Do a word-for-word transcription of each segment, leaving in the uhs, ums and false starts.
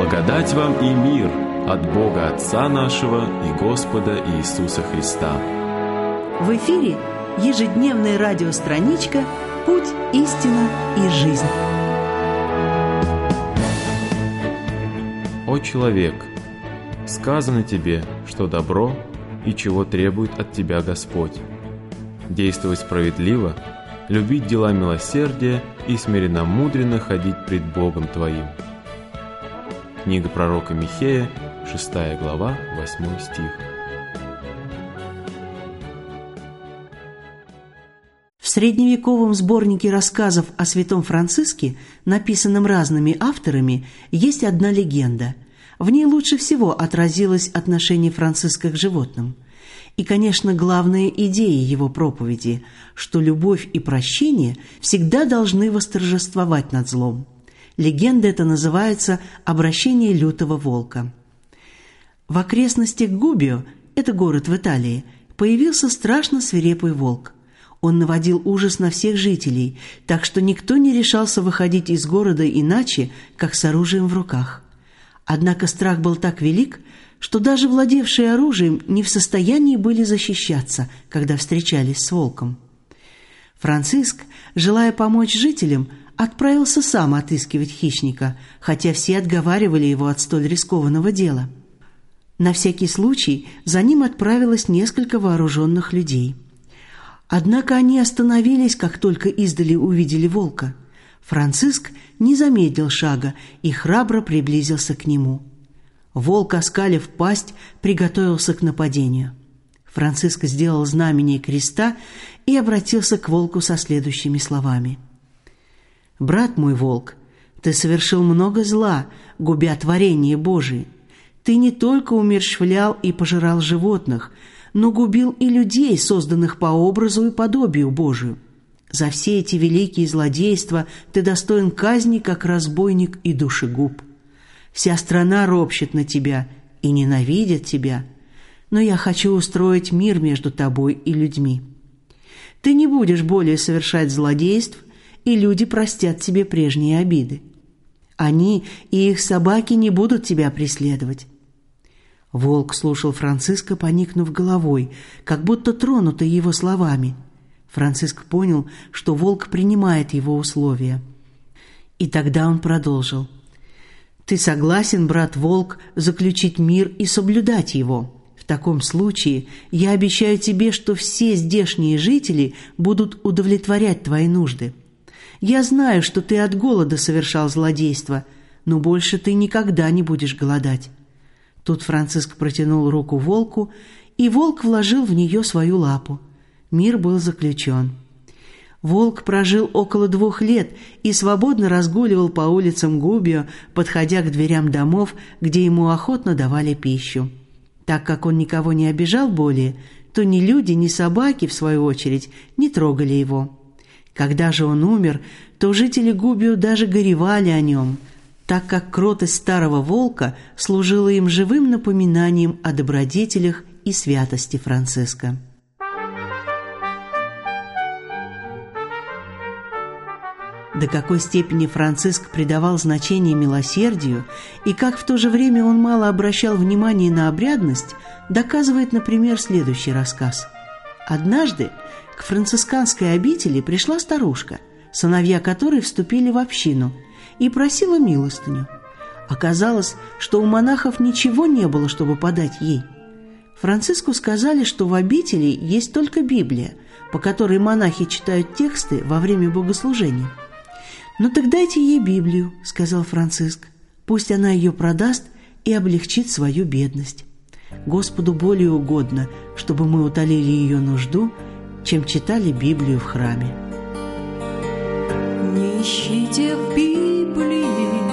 Благодать вам и мир от Бога Отца нашего и Господа Иисуса Христа. В эфире ежедневная радиостраничка «Путь, истина и жизнь». О человек, сказано тебе, что добро и чего требует от тебя Господь. Действовать справедливо, любить дела милосердия и смиренно-мудренно ходить пред Богом твоим. Книга пророка Михея, шестая глава, восьмой стих. В средневековом сборнике рассказов о святом Франциске, написанном разными авторами, есть одна легенда. В ней лучше всего отразилось отношение Франциска к животным. И, конечно, главная идея его проповеди, что любовь и прощение всегда должны восторжествовать над злом. Легенда эта называется «Обращение лютого волка». В окрестностях Губио, это город в Италии, появился страшно свирепый волк. Он наводил ужас на всех жителей, так что никто не решался выходить из города иначе, как с оружием в руках. Однако страх был так велик, что даже владевшие оружием не в состоянии были защищаться, когда встречались с волком. Франциск, желая помочь жителям, отправился сам отыскивать хищника, хотя все отговаривали его от столь рискованного дела. На всякий случай за ним отправилось несколько вооруженных людей. Однако они остановились, как только издали увидели волка. Франциск не замедлил шага и храбро приблизился к нему. Волк, оскалив пасть, приготовился к нападению. Франциск сделал знамение креста и обратился к волку со следующими словами. «Брат мой волк, ты совершил много зла, губя творение Божие. Ты не только умерщвлял и пожирал животных, но губил и людей, созданных по образу и подобию Божию. За все эти великие злодейства ты достоин казни, как разбойник и душегуб. Вся страна ропщет на тебя и ненавидит тебя, но я хочу устроить мир между тобой и людьми. Ты не будешь более совершать злодейств, и люди простят тебе прежние обиды. Они и их собаки не будут тебя преследовать». Волк слушал Франциска, поникнув головой, как будто тронутый его словами. Франциск понял, что волк принимает его условия. И тогда он продолжил. «Ты согласен, брат волк, заключить мир и соблюдать его? В таком случае я обещаю тебе, что все здешние жители будут удовлетворять твои нужды. Я знаю, что ты от голода совершал злодейство, но больше ты никогда не будешь голодать». Тут Франциск протянул руку волку, и волк вложил в нее свою лапу. Мир был заключен. Волк прожил около двух лет и свободно разгуливал по улицам Губио, подходя к дверям домов, где ему охотно давали пищу. Так как он никого не обижал более, то ни люди, ни собаки, в свою очередь, не трогали его. Когда же он умер, то жители Губио даже горевали о нем, так как кротость старого волка служила им живым напоминанием о добродетелях и святости Франциска. До какой степени Франциск придавал значение милосердию и как в то же время он мало обращал внимания на обрядность, доказывает, например, следующий рассказ. Однажды к францисканской обители пришла старушка, сыновья которой вступили в общину, и просила милостыню. Оказалось, что у монахов ничего не было, чтобы подать ей. Франциску сказали, что в обители есть только Библия, по которой монахи читают тексты во время богослужения. «Ну так дайте ей Библию», — сказал Франциск. «Пусть она ее продаст и облегчит свою бедность. Господу более угодно, чтобы мы утолили ее нужду, чем читали Библию в храме». Не ищите в Библии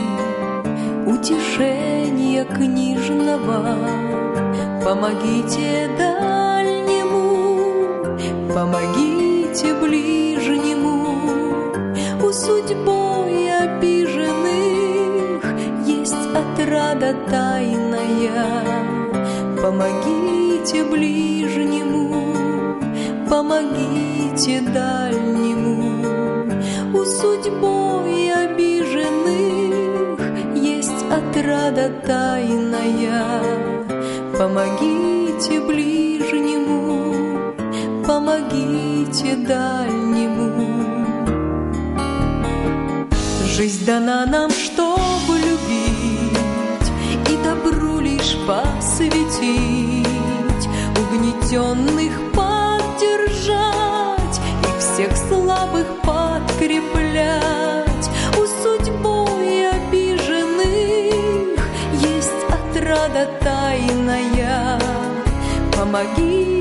утешения книжного, помогите дальнему, помогите ближнему. У судьбой обиженных есть отрада тайная. Помогите ближнему, помогите дальнему. У судьбой обиженных есть отрада отрада тайная. Помогите ближнему, помогите дальнему. Жизнь дана нам, чтобы любить и добру лишь посвятить, угнетенных поддержать и всех слабых подкреплять. У судьбой обиженных есть отрада тайная. Помоги